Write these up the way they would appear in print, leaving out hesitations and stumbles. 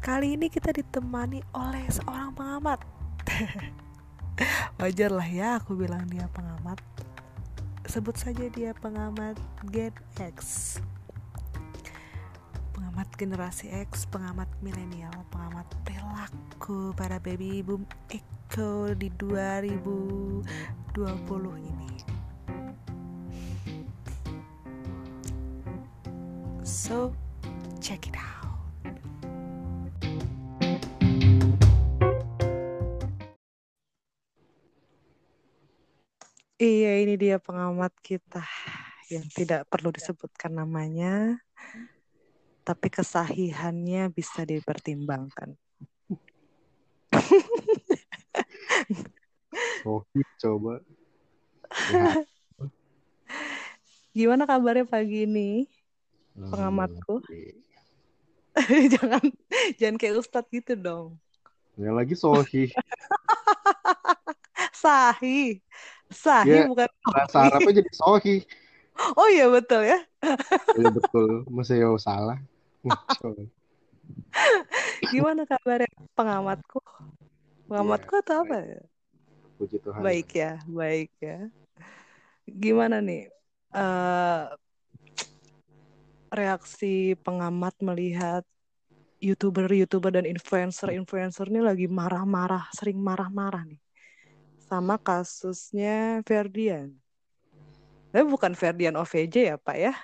Kali ini kita ditemani oleh seorang pengamat. Wajar lah ya aku bilang dia pengamat. Sebut saja dia pengamat Gen X, pengamat generasi X, pengamat milenial, pengamat perilaku para baby boom echo di 2020 ini. So, check it out. Iya, ini dia pengamat kita yang tidak perlu disebutkan namanya, tapi kesahihannya bisa dipertimbangkan. Sohib coba. Ya. Gimana kabarnya pagi ini, pengamatku? jangan kayak Ustadz gitu dong. Yang lagi Sohih. Sahih Ya, bukan bahasa Sohih. Arabnya jadi Sohih. Oh iya betul ya. Ya betul. Masa ya salah. Coba. Gimana kabarnya pengamatku? Ya, Pengamatku atau apa baik. ya? Puji Tuhan. Baik ya. Gimana nih reaksi pengamat melihat YouTuber dan influencer ini lagi marah-marah, sering marah-marah nih sama kasusnya Ferdian. Tapi bukan Ferdian OVJ ya Pak ya?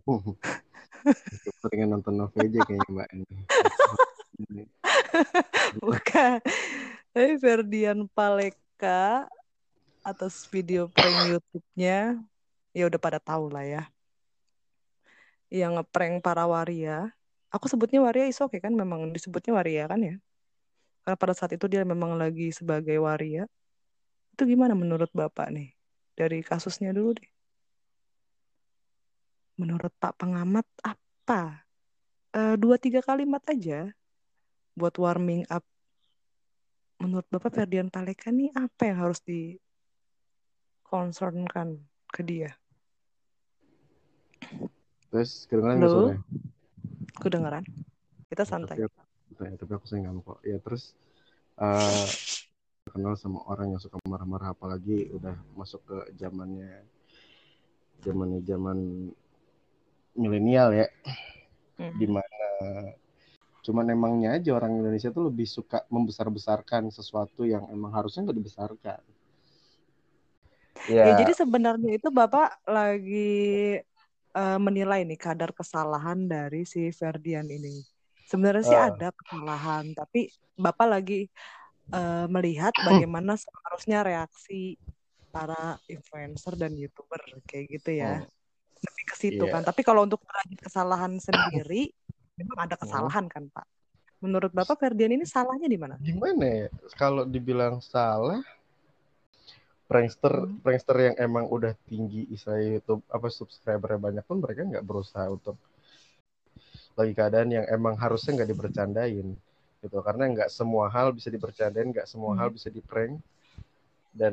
Pengen nonton OVJ kayaknya Mbak. Bukan. Tapi Ferdian Paleka atas video prank YouTube-nya, ya udah pada tahu lah ya. Yang ngeprank para waria. Aku sebutnya waria is okay kan, memang disebutnya waria kan ya. Karena pada saat itu dia memang lagi sebagai waria. Itu gimana menurut Bapak nih? Dari kasusnya dulu deh. Menurut Pak pengamat apa? 2-3 kalimat aja buat warming up. Menurut Bapak Ferdian Paleka nih apa yang harus di-concernkan ke dia? Terus kedengeran nggak Halo, suaranya? kedengeran? Kita Ya, santai. tapi aku sayang kamu kok. Ya terus uh, kenal sama orang yang suka marah-marah, apalagi udah masuk ke zaman milenial ya, dimana cuman emangnya aja orang Indonesia tuh lebih suka membesar-besarkan sesuatu yang emang harusnya nggak dibesarkan. Ya, Ya, jadi sebenarnya itu Bapak lagi menilai nih kadar kesalahan dari si Ferdian ini. Sebenarnya sih uh, ada kesalahan, tapi Bapak lagi melihat bagaimana seharusnya reaksi para influencer dan YouTuber kayak gitu ya. hmm, Lebih ke situ iya, kan. Tapi kalau untuk merajut kesalahan sendiri, memang ada hmm. kesalahan kan, Pak. Menurut Bapak Ferdian ini salahnya di mana? Gimana ya? Kalau dibilang salah, prankster Hmm. prankster yang emang udah tinggi istilahnya YouTube apa subscribernya banyak pun mereka nggak berusaha untuk lagi keadaan yang emang harusnya nggak dibercandain gitu, karena nggak semua hal bisa dibercandain, nggak semua hal bisa diprank, dan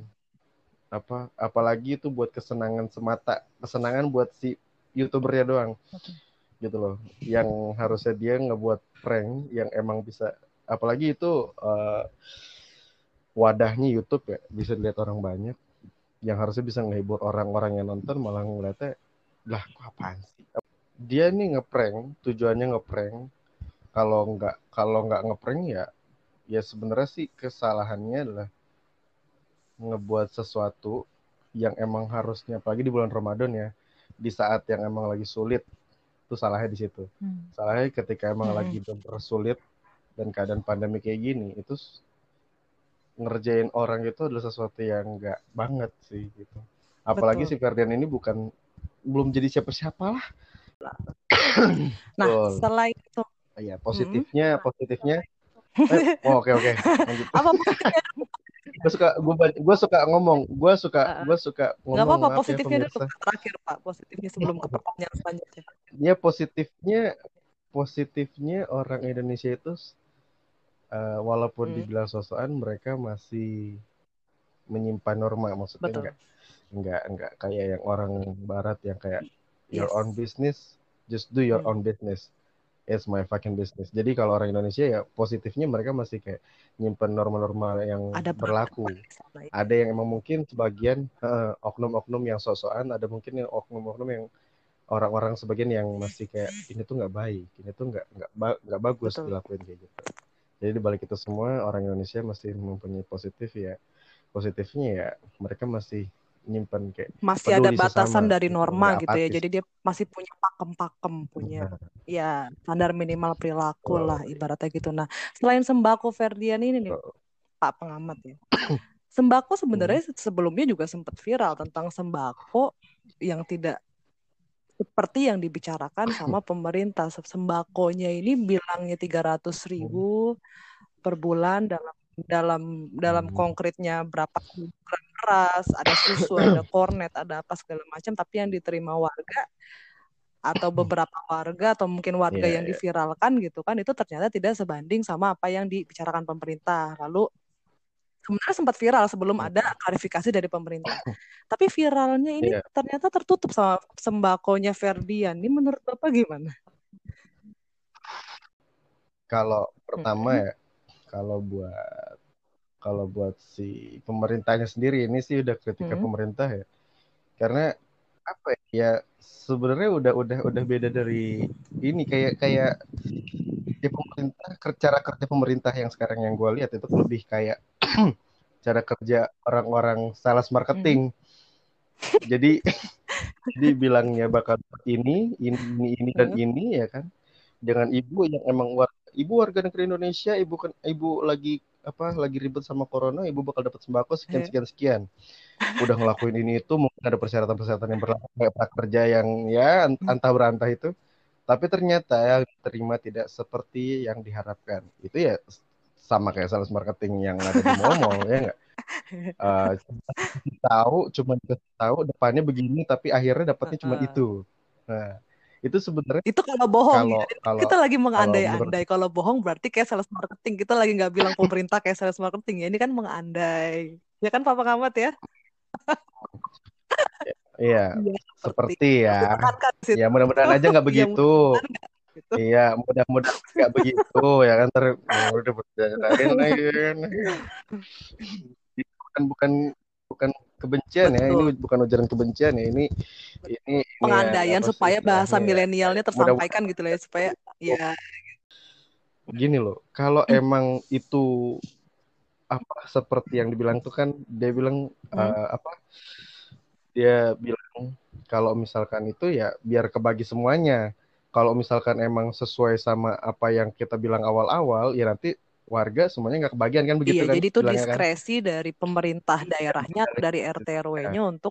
apalagi itu buat kesenangan semata, kesenangan buat si YouTubernya doang gitu loh, yang harusnya dia ngebuat prank yang emang bisa, apalagi itu wadahnya YouTube ya, bisa dilihat orang banyak, yang harusnya bisa ngehibur orang-orang yang nonton malah ngeliatnya lah kok apaan sih dia nih ngeprank, tujuannya ngeprank. Kalau nggak ngeprank ya, ya sebenarnya sih kesalahannya adalah ngebuat sesuatu yang emang harusnya, apalagi di bulan Ramadan ya, di saat yang emang lagi sulit, itu salahnya di situ. Salahnya ketika emang lagi bersulit dan keadaan pandemi kayak gini, itu ngerjain orang itu adalah sesuatu yang nggak banget sih gitu. Apalagi si Betul. Ferdian ini belum jadi siapa-siapa lah. Nah, Betul. selain itu, Ya, positifnya. Oke, lanjut. apa positifnya? Gue suka Nggak ngomong, apa-apa, maaf ya positifnya dulu pemirsa. Pak. Terakhir Pak, positifnya sebelum ke pertanyaan selanjutnya. Ya, positifnya orang Indonesia itu walaupun dibilang sosokan, mereka masih menyimpan norma, maksudnya Betul. enggak kayak yang orang barat yang kayak your Yes. own business, just do your own business. it's my fucking business. Jadi kalau orang Indonesia ya positifnya mereka masih kayak nyimpen norma-norma yang Ada berlaku. peradaban di sana ya. Ada yang emang mungkin sebagian oknum-oknum yang sok-sokan, ada mungkin yang oknum-oknum yang orang-orang sebagian yang masih kayak ini tuh nggak baik, ini tuh nggak bagus Betul. dilakuin kayak gitu. Jadi di balik itu semua orang Indonesia masih mempunyai positifnya ya mereka masih nyimpen kayak Masih ada peduli batasan sesama dari gitu, norma nggak gitu ya. apatis. Jadi dia masih punya pakem-pakem, punya Nah, ya standar minimal perilaku oh, lah ibaratnya gitu. Nah, selain sembako Ferdian ini nih oh, Pak Pengamat ya. Sembako hmm, sebenarnya sebelumnya juga sempat viral tentang sembako yang tidak seperti yang dibicarakan sama pemerintah. Sembakonya ini bilangnya 300.000 per bulan dalam dalam dalam hmm, konkretnya berapa kilogram beras, ada susu, ada kornet, ada apa segala macam, tapi yang diterima warga atau beberapa warga atau mungkin warga iya, yang iya. diviralkan gitu kan itu ternyata tidak sebanding sama apa yang dibicarakan pemerintah. Lalu sebenarnya sempat viral sebelum ada Hmm, klarifikasi dari pemerintah. Tapi viralnya ini iya. ternyata tertutup sama sembakonya Ferdian. Ini menurut Bapak gimana? Kalau pertama Mm-mm. ya, kalau buat kalau buat si pemerintahnya sendiri ini sih udah kritika Mm-mm. pemerintah ya. Karena apa ya? Ya sebenarnya udah beda dari ini kayak kayak di pemerintah cara kerja pemerintah yang sekarang yang gue lihat itu lebih kayak cara kerja orang-orang sales Mm-mm. marketing. Jadi jadi bilangnya bakal ini dan Mm-mm. ini ya kan. Dengan ibu yang emang ibu warga negara Indonesia, ibu lagi lagi ribet sama corona, ibu bakal dapat sembako sekian Eh, sekian sekian. Udah ngelakuin ini itu mungkin ada persyaratan-persyaratan yang berlaku kayak prakerja yang ya antah berantah itu. Tapi ternyata yang diterima tidak seperti yang diharapkan. Itu ya sama kayak sales marketing yang ada di mall-mall ya nggak? Eh, cuma dikasih tahu depannya begini, tapi akhirnya dapatnya cuma Heeh. itu. Nah, itu sebenarnya Itu kalau bohong ya. kalau kalau Kita lagi kalau menurut mengandai-andai. Kalau bohong berarti kayak sales marketing. Kita lagi nggak bilang pemerintah kayak sales marketing ya. Ini kan mengandai. Ya kan Pak Pengamat ya? iya Iya, seperti seperti ya, harus ditekankan di ya situ. mudah-mudahan aja nggak Yang begitu. benar nggak gitu. Iya, mudah-mudahan nggak begitu ya kan udah berjalan lagi kan. Bukan bukan bukan kebencian ya, ini Betul. bukan ujaran kebencian ya, ini ya Pengandaian apa sih supaya bahasa istilahnya ya, milenialnya kayak tersampaikan mudah-mudahan gitu lah ya. Supaya ya. gini loh, kalau emang itu apa seperti yang dibilang tuh kan dia bilang Hmm, apa dia bilang kalau misalkan itu ya biar kebagi semuanya. Kalau misalkan emang sesuai sama apa yang kita bilang awal-awal, ya nanti warga semuanya nggak kebagian kan iya, begitu kan jadi itu bilangnya kan? diskresi dari pemerintah Iya, daerahnya atau dari RT ya. RW-nya untuk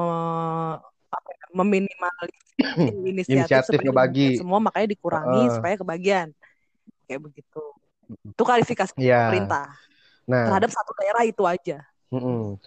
apa ya, meminimalisir inisiatif Inisiatif supaya ngebagi. dibagikan semua, makanya dikurangi Heeh. supaya kebagian. Kayak begitu. Itu klarifikasi Iya. pemerintah Nah, terhadap satu daerah itu aja. mm-mm.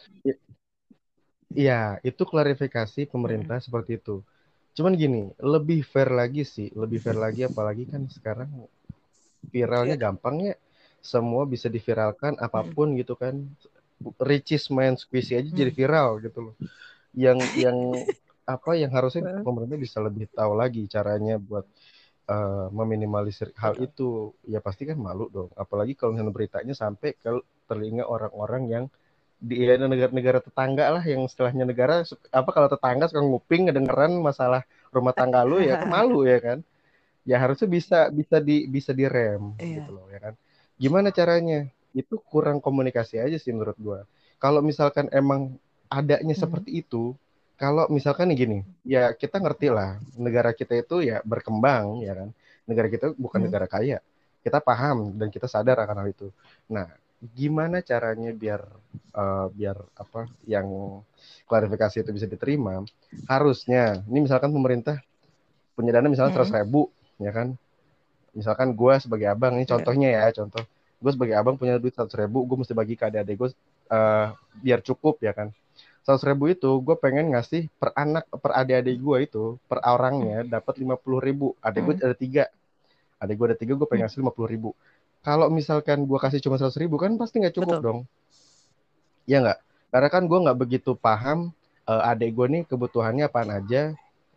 Iya, itu klarifikasi Mm-mm. pemerintah seperti itu. Cuman gini, lebih fair lagi sih, lebih fair lagi apalagi kan sekarang Iya. viralnya gampang ya. Semua bisa diviralkan Mm-mm. apapun gitu kan. Ricis main squishy aja jadi Mm. viral gitu loh. Yang apa yang harusnya pemerintah bisa lebih tahu lagi caranya buat meminimalisir hal Betul. itu. Ya pasti kan malu dong. Apalagi kalau misalnya beritanya sampai ke telinga orang-orang yang di negara-negara tetangga lah yang setelahnya negara apa kalau tetangga suka nguping kedengeran masalah rumah tangga lu ya kan malu ya kan. Ya harusnya bisa direm gitu Iya. loh ya kan. Gimana caranya? Itu kurang komunikasi aja sih menurut gua. Kalau misalkan emang adanya Mm. seperti itu, kalau misalkan nih gini, ya kita ngerti lah negara kita itu ya berkembang ya kan. Negara kita bukan Mm. negara kaya. Kita paham dan kita sadar akan hal itu. Nah, gimana caranya biar apa yang klarifikasi itu bisa diterima? Harusnya, ini misalkan pemerintah punya dana misalnya Mm. 100.000 ya kan, misalkan gue sebagai abang ini Iya. contohnya ya contoh gue sebagai abang punya duit 100.000 gue mesti bagi ke adik-adik gue biar cukup ya kan. 100.000 itu gue pengen ngasih per adik-adik gue itu per orangnya dapat 50.000. Adik gue Mm. ada tiga, adik gue ada tiga, gue pengen Mm. ngasih 50.000. Kalau misalkan gue kasih cuma 100.000 kan pasti nggak cukup Betul. dong, ya nggak? Karena kan gue nggak begitu paham adik gue nih kebutuhannya apaan aja,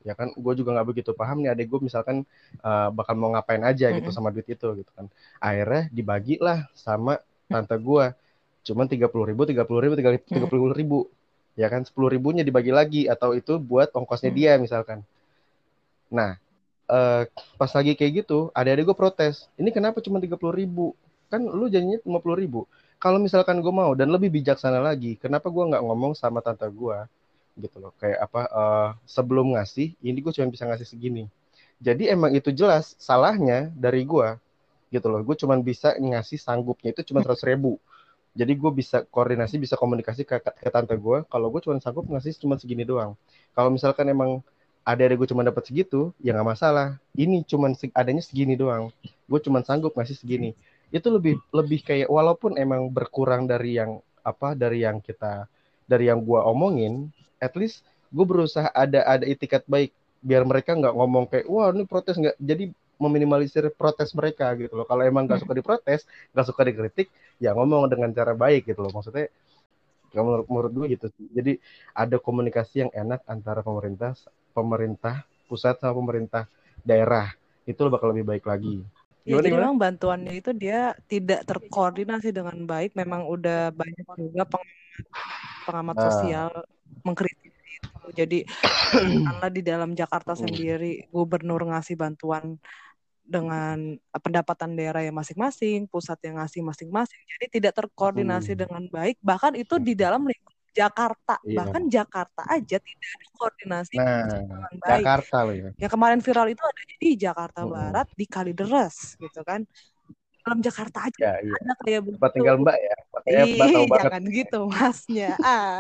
Ya kan, gue juga nggak begitu paham nih adik gue misalkan bakal mau ngapain aja gitu sama duit itu gitu kan. Akhirnya dibagilah sama tante gue, cuman 30.000, 30.000, 30.000, ya kan, 10.000-nya dibagi lagi atau itu buat ongkosnya dia misalkan. Nah, eh, pas lagi kayak gitu, adik-adik gue protes. Ini kenapa cuma 30.000? Kan lu janjinya 50.000. Kalau misalkan gue mau dan lebih bijaksana lagi, kenapa gue nggak ngomong sama tante gue gitu loh? Kayak apa? Sebelum ngasih, ini gue cuma bisa ngasih segini. Jadi emang itu jelas salahnya dari gue gitu loh. Gue cuma bisa ngasih sanggupnya itu cuma 100.000. Jadi gue bisa koordinasi, bisa komunikasi ke tante gue. Kalau gue cuma sanggup ngasih cuma segini doang. Kalau misalkan emang ada gue cuma dapat segitu, ya nggak masalah. Ini cuma adanya segini doang. Gue cuma sanggup ngasih segini. Itu lebih lebih kayak walaupun emang berkurang dari yang apa dari yang kita dari yang gue omongin, at least gue berusaha ada itikat baik biar mereka nggak ngomong kayak wah ini protes nggak. Jadi meminimalisir protes mereka gitu loh. Kalau emang nggak suka diprotes, nggak suka dikritik, ya ngomong dengan cara baik gitu loh. Maksudnya menurut gue gitu sih. Jadi ada komunikasi yang enak antara pemerintah pusat sama pemerintah daerah. Itu bakal lebih baik lagi. Ya, Gimana jadi gimana? memang bantuannya itu dia tidak terkoordinasi dengan baik. Memang udah banyak juga pengamat Nah, sosial mengkritik itu. Jadi katakanlah di dalam Jakarta sendiri, gubernur ngasih bantuan dengan pendapatan daerah yang masing-masing, pusat yang ngasih masing-masing. Jadi tidak terkoordinasi dengan baik. Bahkan itu di dalam lingkup Jakarta. iya. Bahkan Jakarta aja tidak ada koordinasi Nah, dengan baik. Jakarta loh ya. Yang kemarin viral itu ada di Jakarta Barat, di Kalideres gitu kan. Dalam Jakarta aja Ya, iya. ada kayak Tempat begitu. tinggal Mbak ya. Makanya Mbak tahu Ih, banget. jangan gitu masnya.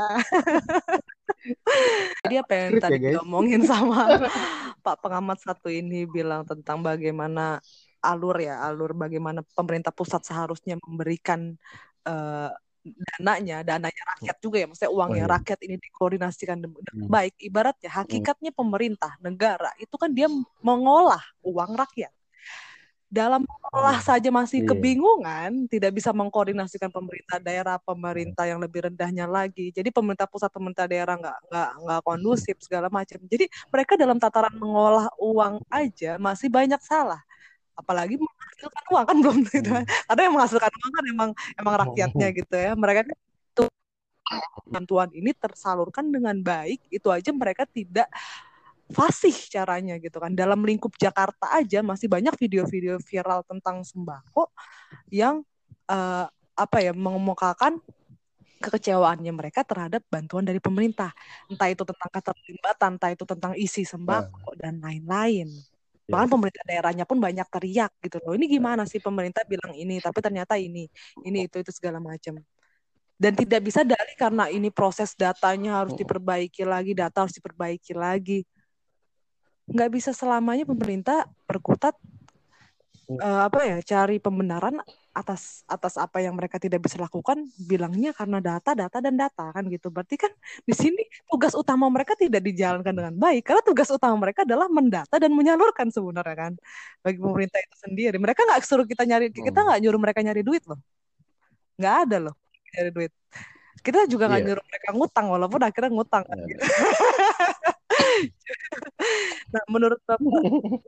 Jadi apa yang Skrip ya, tadi guys. diomongin sama Pak pengamat satu ini bilang tentang bagaimana alur bagaimana pemerintah pusat seharusnya memberikan uh, dananya rakyat juga ya, maksudnya Oh, uangnya iya. rakyat ini dikoordinasikan dengan baik. Ibaratnya hakikatnya pemerintah negara itu kan dia mengolah uang rakyat. Dalam mengolah saja masih Iya. kebingungan, tidak bisa mengkoordinasikan pemerintah daerah, pemerintah yang lebih rendahnya lagi. Jadi pemerintah pusat, pemerintah daerah nggak kondusif segala macam. Jadi mereka dalam tataran mengolah uang aja masih banyak salah. Apalagi menghasilkan uang kan belum gitu. Karena yang menghasilkan uang kan emang rakyatnya gitu ya. Mereka kan itu bantuan ini tersalurkan dengan baik, itu aja mereka tidak fasih caranya gitu kan. Dalam lingkup Jakarta aja masih banyak video-video viral tentang sembako yang apa ya mengemukakan kekecewaannya mereka terhadap bantuan dari pemerintah. Entah itu tentang keterlibatan, entah itu tentang isi sembako dan lain-lain. Bahkan pemerintah daerahnya pun banyak teriak gitu loh. Ini gimana sih pemerintah bilang ini, tapi ternyata ini itu segala macam. Dan tidak bisa dalih karena ini proses datanya harus diperbaiki lagi, data harus diperbaiki lagi. Nggak bisa selamanya pemerintah berkutat cari pembenaran atas apa yang mereka tidak bisa lakukan, bilangnya karena data kan gitu. Berarti kan di sini tugas utama mereka tidak dijalankan dengan baik karena tugas utama mereka adalah mendata dan menyalurkan sebenarnya kan bagi pemerintah itu sendiri. Mereka nggak suruh kita nggak nyuruh mereka nyari duit loh, nggak ada loh nyari duit. Kita juga nggak nyuruh mereka ngutang walaupun akhirnya ngutang kan gitu. Nah, menurut Bapak,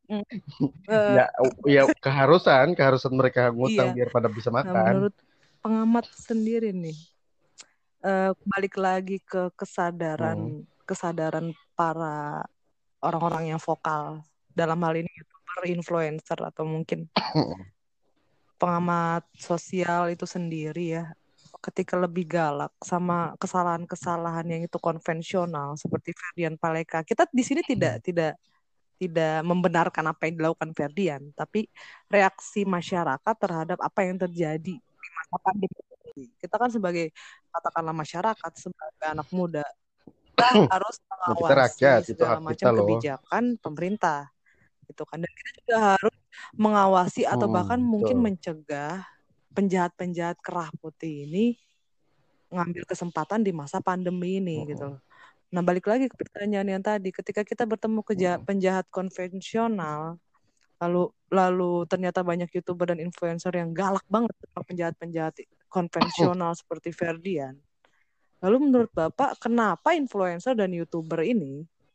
ya keharusan mereka ngutang iya. biar pada bisa Nah, makan. menurut pengamat sendiri nih, balik lagi ke kesadaran para orang-orang yang vokal dalam hal ini YouTuber, influencer atau mungkin pengamat sosial itu sendiri ya. Ketika lebih galak sama kesalahan-kesalahan yang itu konvensional seperti Ferdian Paleka, kita di sini tidak membenarkan apa yang dilakukan Ferdian, tapi reaksi masyarakat terhadap apa yang terjadi di masa pandemi. Kita kan sebagai katakanlah masyarakat, sebagai anak muda, kita harus Ya, kita mengawasi rakyat, itu segala hak kita macam loh. kebijakan pemerintah, gitu kan. Dan kita juga harus mengawasi atau bahkan mungkin Betul. mencegah penjahat-penjahat kerah putih ini ngambil kesempatan di masa pandemi ini, gitu loh. Nah, balik lagi ke pertanyaan yang tadi, ketika kita bertemu penjahat konvensional, lalu ternyata banyak YouTuber dan influencer yang galak banget sama penjahat-penjahat konvensional seperti Ferdian. Lalu menurut Bapak, kenapa influencer dan YouTuber ini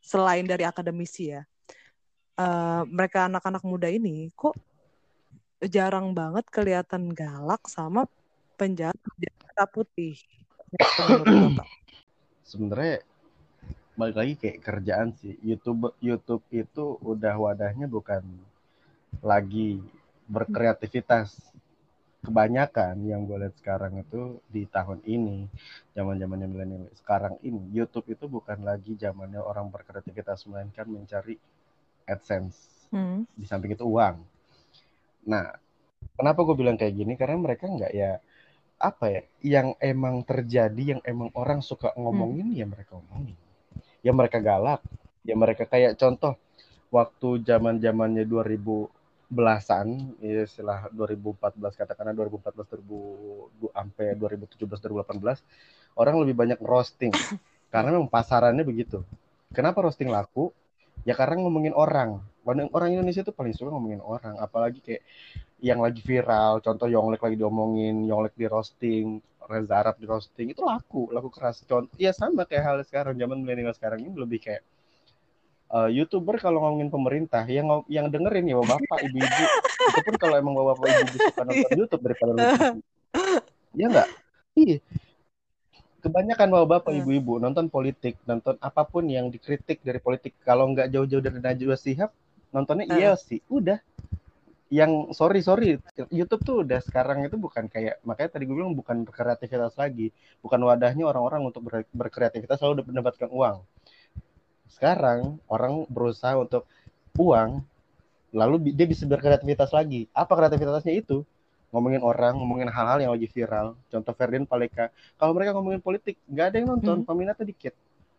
selain dari akademisi ya, mereka anak-anak muda ini kok jarang banget kelihatan galak sama penjahat mata putih. Kenapa menurut Bapak? Sebenarnya balik lagi kayak kerjaan sih. YouTube itu udah wadahnya bukan lagi berkreativitas. Kebanyakan yang gue lihat sekarang itu di tahun ini, zaman-zamannya milenial sekarang ini, YouTube itu bukan lagi zamannya orang berkreativitas, melainkan mencari AdSense. Di samping itu uang. Nah, kenapa gue bilang kayak gini? Karena mereka nggak ya, apa ya, yang emang terjadi, yang emang orang suka ngomongin, ya mereka ngomongin. Ya mereka galak, ya mereka kayak contoh, waktu zaman-zamannya 2000 belasan, ya istilah 2014, katakanlah 2014 sampai 2017 2018, orang lebih banyak roasting karena memang pasarannya begitu. Kenapa roasting laku? Ya karena ngomongin orang. Orang Indonesia tuh paling suka ngomongin orang, apalagi kayak yang lagi viral, contoh Yonglek lagi diomongin, Yonglek di roasting, Reza Arab di roasting, itu laku keras. Contoh, ya sama kayak hal sekarang, zaman milenial sekarang ini lebih kayak YouTuber kalau ngomongin pemerintah, yang dengerin ya bapak, ibu-ibu. Itu pun kalau emang bapak, ibu-ibu suka nonton YouTube daripada nonton TV. Ya nggak? Iya. Kebanyakan bapak, ibu-ibu nonton politik, nonton apapun yang dikritik dari politik. Kalau nggak jauh-jauh dari Najwa Shihab, nontonnya iya sih. Udah. Yang sorry, YouTube tuh udah sekarang itu bukan kayak, makanya tadi gue bilang bukan berkreativitas lagi. Bukan wadahnya orang-orang untuk berkreativitas lalu mendapatkan uang. Sekarang orang berusaha untuk uang, lalu dia bisa berkreativitas lagi. Apa kreativitasnya itu? Ngomongin orang, ngomongin hal-hal yang lagi viral. Contoh Ferdian Paleka. Kalau mereka ngomongin politik, nggak ada yang nonton, peminatnya dikit.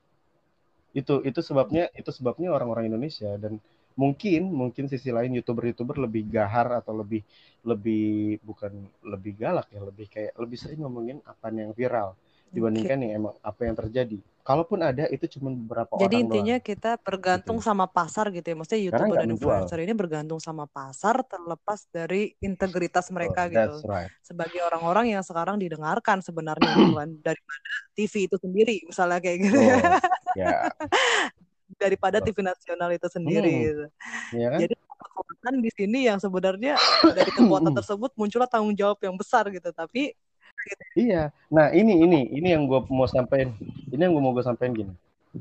Itu sebabnya orang-orang Indonesia, dan mungkin sisi lain YouTuber lebih gahar atau lebih bukan lebih galak ya, lebih kayak lebih sering ngomongin apa yang viral dibandingkan yang emang apa yang terjadi. Kalaupun ada, itu cuma beberapa Jadi orang intinya doang kita bergantung gitu. sama pasar gitu ya. Maksudnya Karena YouTuber nggak dan menjual. influencer ini bergantung sama pasar terlepas dari integritas mereka That's gitu. right. Sebagai orang-orang yang sekarang didengarkan sebenarnya gitu kan, daripada TV itu sendiri misalnya kayak gitu ya. Ya. Daripada TV nasional itu sendiri gitu. Ya kan? Jadi kekuatan di sini yang sebenarnya dari kekuatan tersebut muncullah tanggung jawab yang besar gitu. Tapi iya. Nah, ini yang gue mau sampaikan. Ini yang gue mau sampaikan gini.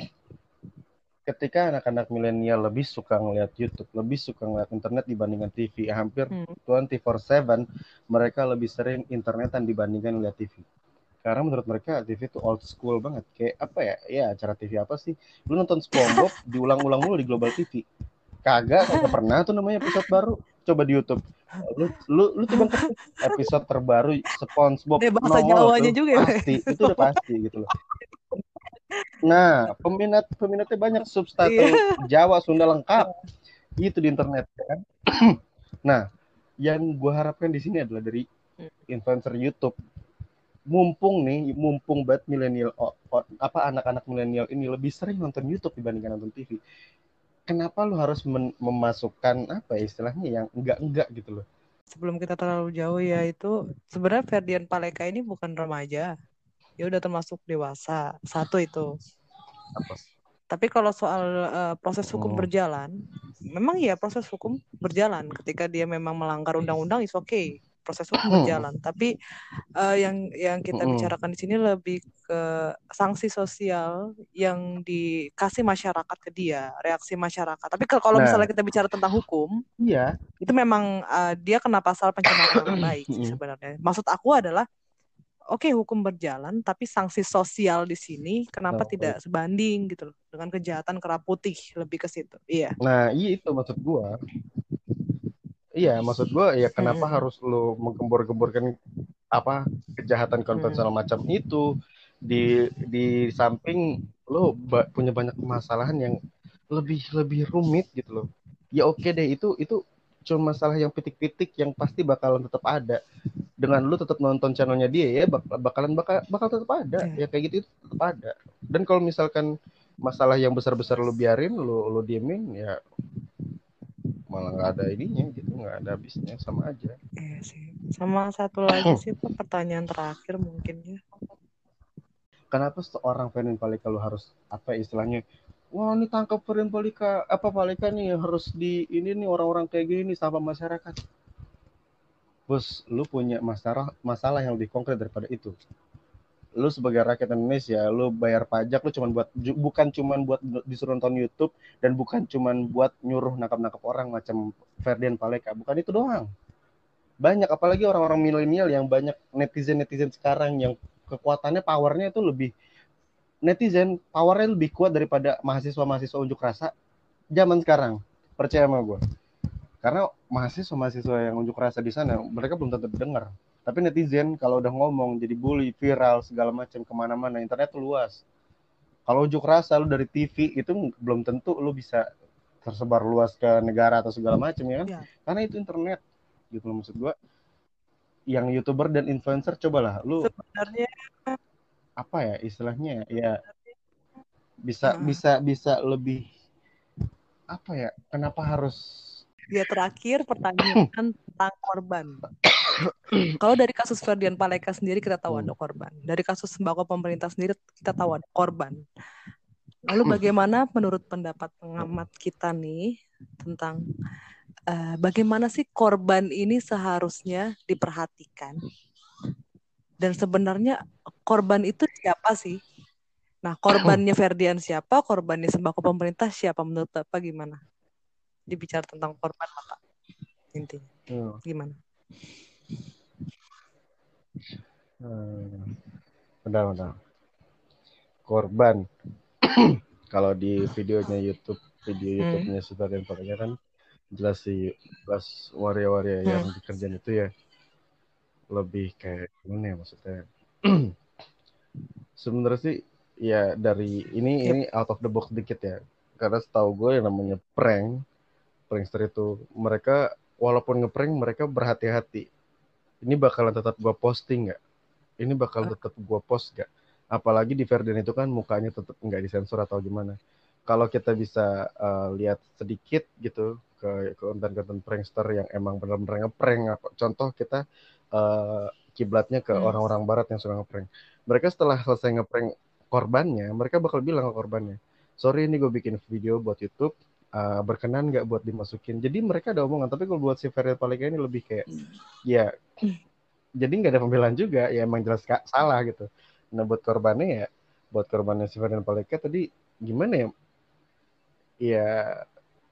Ketika anak-anak milenial lebih suka ngeliat YouTube, lebih suka ngeliat internet dibandingkan TV, hampir 24/7 mereka lebih sering internetan dibandingkan ngeliat TV. Karena menurut mereka TV itu old school banget. Kayak apa ya? Ya acara TV apa sih? Lu nonton SpongeBob diulang-ulang mulu di Global TV. Kagak pernah tuh namanya episode baru. Coba di YouTube. Lu coba ketik episode terbaru SpongeBob, bahasa nongol Jawanya tuh juga ya. pasti. Itu udah pasti gitu loh. Nah, peminatnya banyak, subtitle Jawa Sunda lengkap. Itu di internet kan. Nah, yang gue harapkan di sini adalah dari influencer YouTube. Mumpung banget milenial, anak-anak milenial ini lebih sering nonton YouTube dibandingkan nonton TV. Kenapa lu harus memasukkan apa ya, istilahnya yang enggak gitu loh. Sebelum kita terlalu jauh ya, itu sebenarnya Ferdian Paleka ini bukan remaja. Dia udah termasuk dewasa. Satu itu. Apa? Tapi kalau soal proses hukum berjalan, memang ya proses hukum berjalan. Ketika dia memang melanggar undang-undang, is okay. Proses hukum berjalan. Tapi yang kita bicarakan di sini lebih ke sanksi sosial yang dikasih masyarakat ke dia, reaksi masyarakat. Tapi kalau misalnya kita bicara tentang hukum, iya, itu memang dia kena pasal pencemaran nama baik sih sebenarnya. Maksud aku adalah oke, hukum berjalan, tapi sanksi sosial di sini kenapa tidak sebanding gitu loh dengan kejahatan kerah putih, lebih ke situ. Iya. Nah, itu maksud gua. Iya, maksud gua ya kenapa harus lu menggembor-gemborkan apa kejahatan konvensional macam itu di samping lu punya banyak permasalahan yang lebih rumit gitu loh. Ya oke deh, itu cuma masalah yang pitik-pitik yang pasti bakalan tetap ada. Dengan lu tetap nonton channelnya dia, ya bakal tetap ada. Ya kayak gitu, itu tetap ada. Dan kalau misalkan masalah yang besar-besar lu biarin, lu diemin, ya malah nggak ada ininya gitu, nggak ada habisnya, sama aja. Iya sih. Sama satu lagi sih Pak, pertanyaan terakhir mungkin ya. Kenapa seorang Ferdian Paleka lu harus apa istilahnya wah ini tangkap Ferdian Paleka, apa Paleka nih harus di ini nih orang-orang kayak gini sama masyarakat. Bos, lu punya masalah yang lebih konkret daripada itu. Lu sebagai rakyat Indonesia, lu bayar pajak, lu cuman buat bukan cuman buat disuruh nonton YouTube dan bukan cuman buat nyuruh nangkap-nangkap orang macam Ferdian Paleka, bukan itu doang. Banyak apalagi orang-orang milenial yang banyak netizen-netizen sekarang yang kekuatannya powernya itu lebih netizen powernya lebih kuat daripada mahasiswa-mahasiswa unjuk rasa zaman sekarang. Percaya sama gue. Karena mahasiswa-mahasiswa yang unjuk rasa di sana mereka belum tentu dengar. Tapi netizen kalau udah ngomong jadi bully, viral segala macam kemana-mana, internet tuh luas. Kalau unjuk rasa lu dari TV itu belum tentu lu bisa tersebar luas ke negara atau segala macam ya kan? Ya, Karena itu internet gitu loh maksud gua. Yang YouTuber dan influencer cobalah lu sebenarnya apa ya istilahnya ya bisa uh, bisa bisa lebih apa ya? Kenapa harus ya terakhir pertanyaan tentang korban. Kalau dari kasus Ferdian Paleka sendiri kita tahu hmm, ada korban. Dari kasus sembako pemerintah sendiri kita tahu ada korban. Lalu bagaimana menurut pendapat pengamat kita nih tentang bagaimana sih korban ini seharusnya diperhatikan? Dan sebenarnya korban itu siapa sih? Nah, korbannya Ferdian siapa? Korbannya sembako pemerintah siapa? Menurut Bapak gimana? Dibicara tentang korban, Bapak, intinya. hmm, Gimana? hmm, benar-benar korban. Kalau di videonya YouTube, video Hmm. YouTube-nya Superman Paleka kan jelas sih, jelas waria-waria yang Hmm. dikerjain itu ya lebih kayak gimana ya maksudnya. Sebenarnya sih ya dari ini Yep. out of the box dikit ya. Karena setahu gue yang namanya prankster itu mereka walaupun ngeprank mereka berhati-hati. Ini bakalan tetap gue posting nggak? Ini bakal tetap gue post nggak? Apalagi di Ferdian itu kan mukanya tetap nggak disensor atau gimana. Kalau kita bisa lihat sedikit gitu ke konten-konten prankster yang emang benar-benar ngeprank, contoh kita kiblatnya ke Hmm. orang-orang barat yang suka ngeprank. Mereka setelah selesai ngeprank korbannya, mereka bakal bilang ke korbannya, sorry ini gue bikin video buat YouTube, berkenan nggak buat dimasukin. Jadi mereka ada omongan, tapi kalau buat si Ferdian Paleka ini lebih kayak, ya jadi nggak ada pembelaan juga, ya emang jelas salah gitu. Nah buat korbannya si Ferdian Paleka tadi gimana ya, ya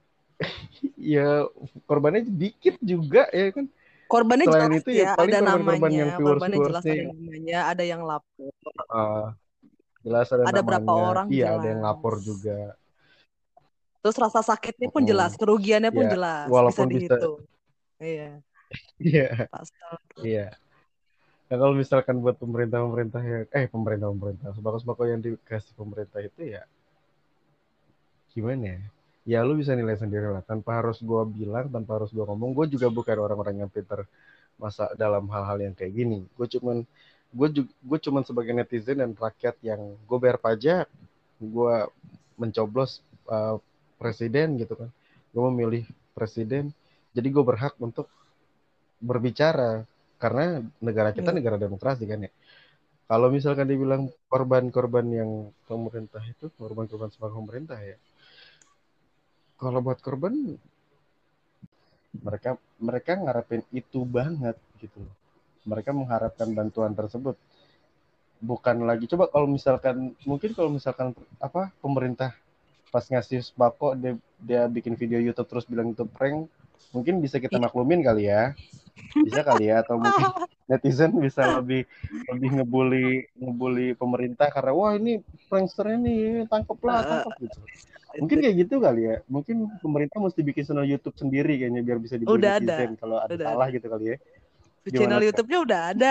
ya korbannya dikit juga ya kan. Korbannya Selain jelas itu ya ya, paling ada korban-korban namanya. yang Korbannya jelas ada viewers-viewersnya namanya, ada yang lapor. uh, jelas ada Ada berapa namanya, orang iya ada yang jelas. lapor juga. Terus rasa sakitnya pun jelas, Mm-mm. kerugiannya pun Ya jelas, bisa walaupun bisa dihitung. Iya, iya pasal. iya. Nah, kalau misalkan buat pemerintah-pemerintah yang pemerintah-pemerintah sembako-sembako yang dikasih pemerintah itu ya gimana ya? Ya lu bisa nilai sendiri lah tanpa harus gua bilang, tanpa harus gua ngomong. Gue juga bukan orang-orang yang pintar masa dalam hal-hal yang kayak gini. Gue cuman sebagai netizen dan rakyat yang gue bayar pajak, gue mencoblos presiden gitu kan, gue memilih presiden, jadi gue berhak untuk berbicara karena negara kita Iya. negara demokrasi kan ya. Kalau misalkan dibilang korban-korban yang pemerintah itu korban-korban sebagai pemerintah ya, kalau buat korban mereka mereka ngarepin itu banget gitu, mereka mengharapkan bantuan tersebut bukan lagi coba kalau misalkan mungkin kalau misalkan apa pemerintah pas ngasih sembako dia bikin video YouTube terus bilang itu prank mungkin bisa kita Iya. maklumin kali ya, bisa kali ya, atau mungkin netizen bisa lebih lebih ngebully ngebully pemerintah karena wah ini pranksternya nih tangkaplah Eh, tangkap gitu, mungkin itu kayak gitu kali ya, mungkin pemerintah mesti bikin channel YouTube sendiri kayaknya biar bisa dibully udah ada, netizen kalau ada udah salah ada. gitu kali ya, Channel gimana tuh. YouTube-nya udah ada.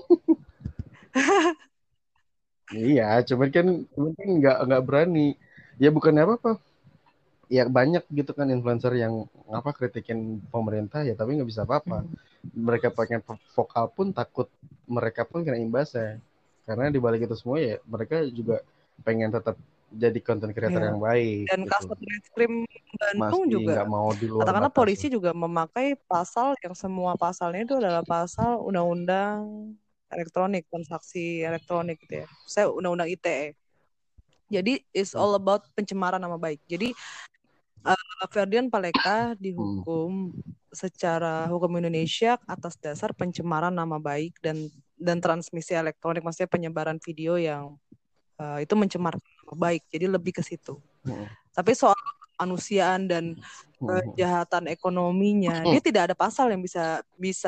Iya cuman kan nggak berani, ya bukannya apa-apa, ya banyak gitu kan influencer yang apa kritikin pemerintah ya tapi nggak bisa apa-apa, mereka pengen vokal pun takut mereka pun kena imbasnya karena di balik itu semua ya mereka juga pengen tetap jadi content creator Ya. yang baik Dan gitu, Kasat Reskrim Bandung masih juga, nggak mau di luar katakanlah batas polisi lah. juga memakai pasal yang semua pasalnya itu adalah pasal undang-undang elektronik, transaksi elektronik gitu ya. Saya undang-undang ITE. Jadi it's all about pencemaran nama baik. Jadi Ferdian Paleka dihukum secara hukum Indonesia atas dasar pencemaran nama baik dan transmisi elektronik, maksudnya penyebaran video yang itu mencemarkan nama baik. Jadi lebih ke situ. Tapi soal kemanusiaan dan kejahatan ekonominya, dia tidak ada pasal yang bisa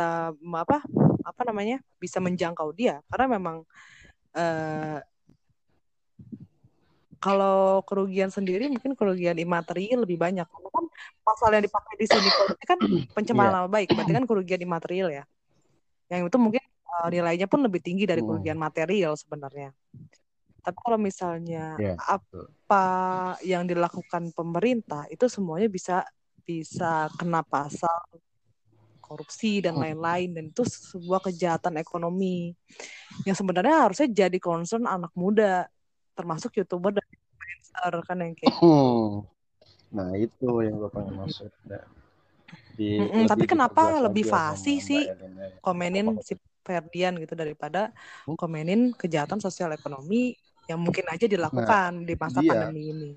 bisa menjangkau dia, karena memang kalau kerugian sendiri mungkin kerugian imaterial lebih banyak. Karena kan pasal yang dipakai di sini kan pencemaran nama baik, berarti kan kerugian imaterial ya. Yang itu mungkin nilainya pun lebih tinggi dari kerugian material sebenarnya. Tapi kalau misalnya apa yang dilakukan pemerintah itu semuanya bisa kena pasal korupsi dan lain-lain, dan itu sebuah kejahatan ekonomi yang sebenarnya harusnya jadi concern anak muda, termasuk YouTuber dan influencer kan yang kayak gitu. Nah itu yang gue pengen maksud. Tapi kenapa lebih fasih sih komenin si Ferdian gitu daripada komenin kejahatan sosial ekonomi yang mungkin aja dilakukan di masa pandemi ini.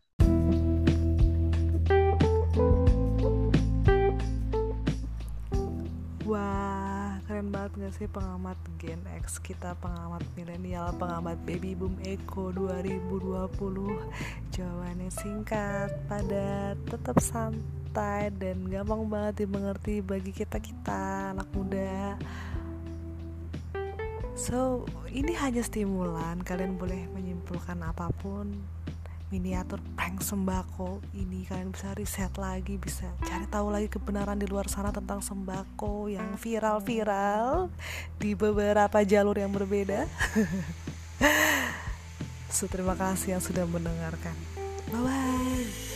Wah, keren banget gak sih pengamat Gen X kita, pengamat milenial, pengamat baby boom Eko 2020. Jawabannya singkat, padat, tetap santai, dan gampang banget dimengerti bagi kita anak muda. So, ini hanya stimulan, kalian boleh menyimpulkan apapun. Miniatur prank sembako ini kalian bisa riset lagi, bisa cari tahu lagi kebenaran di luar sana tentang sembako yang viral-viral di beberapa jalur yang berbeda. So, terima kasih yang sudah mendengarkan. Bye-bye.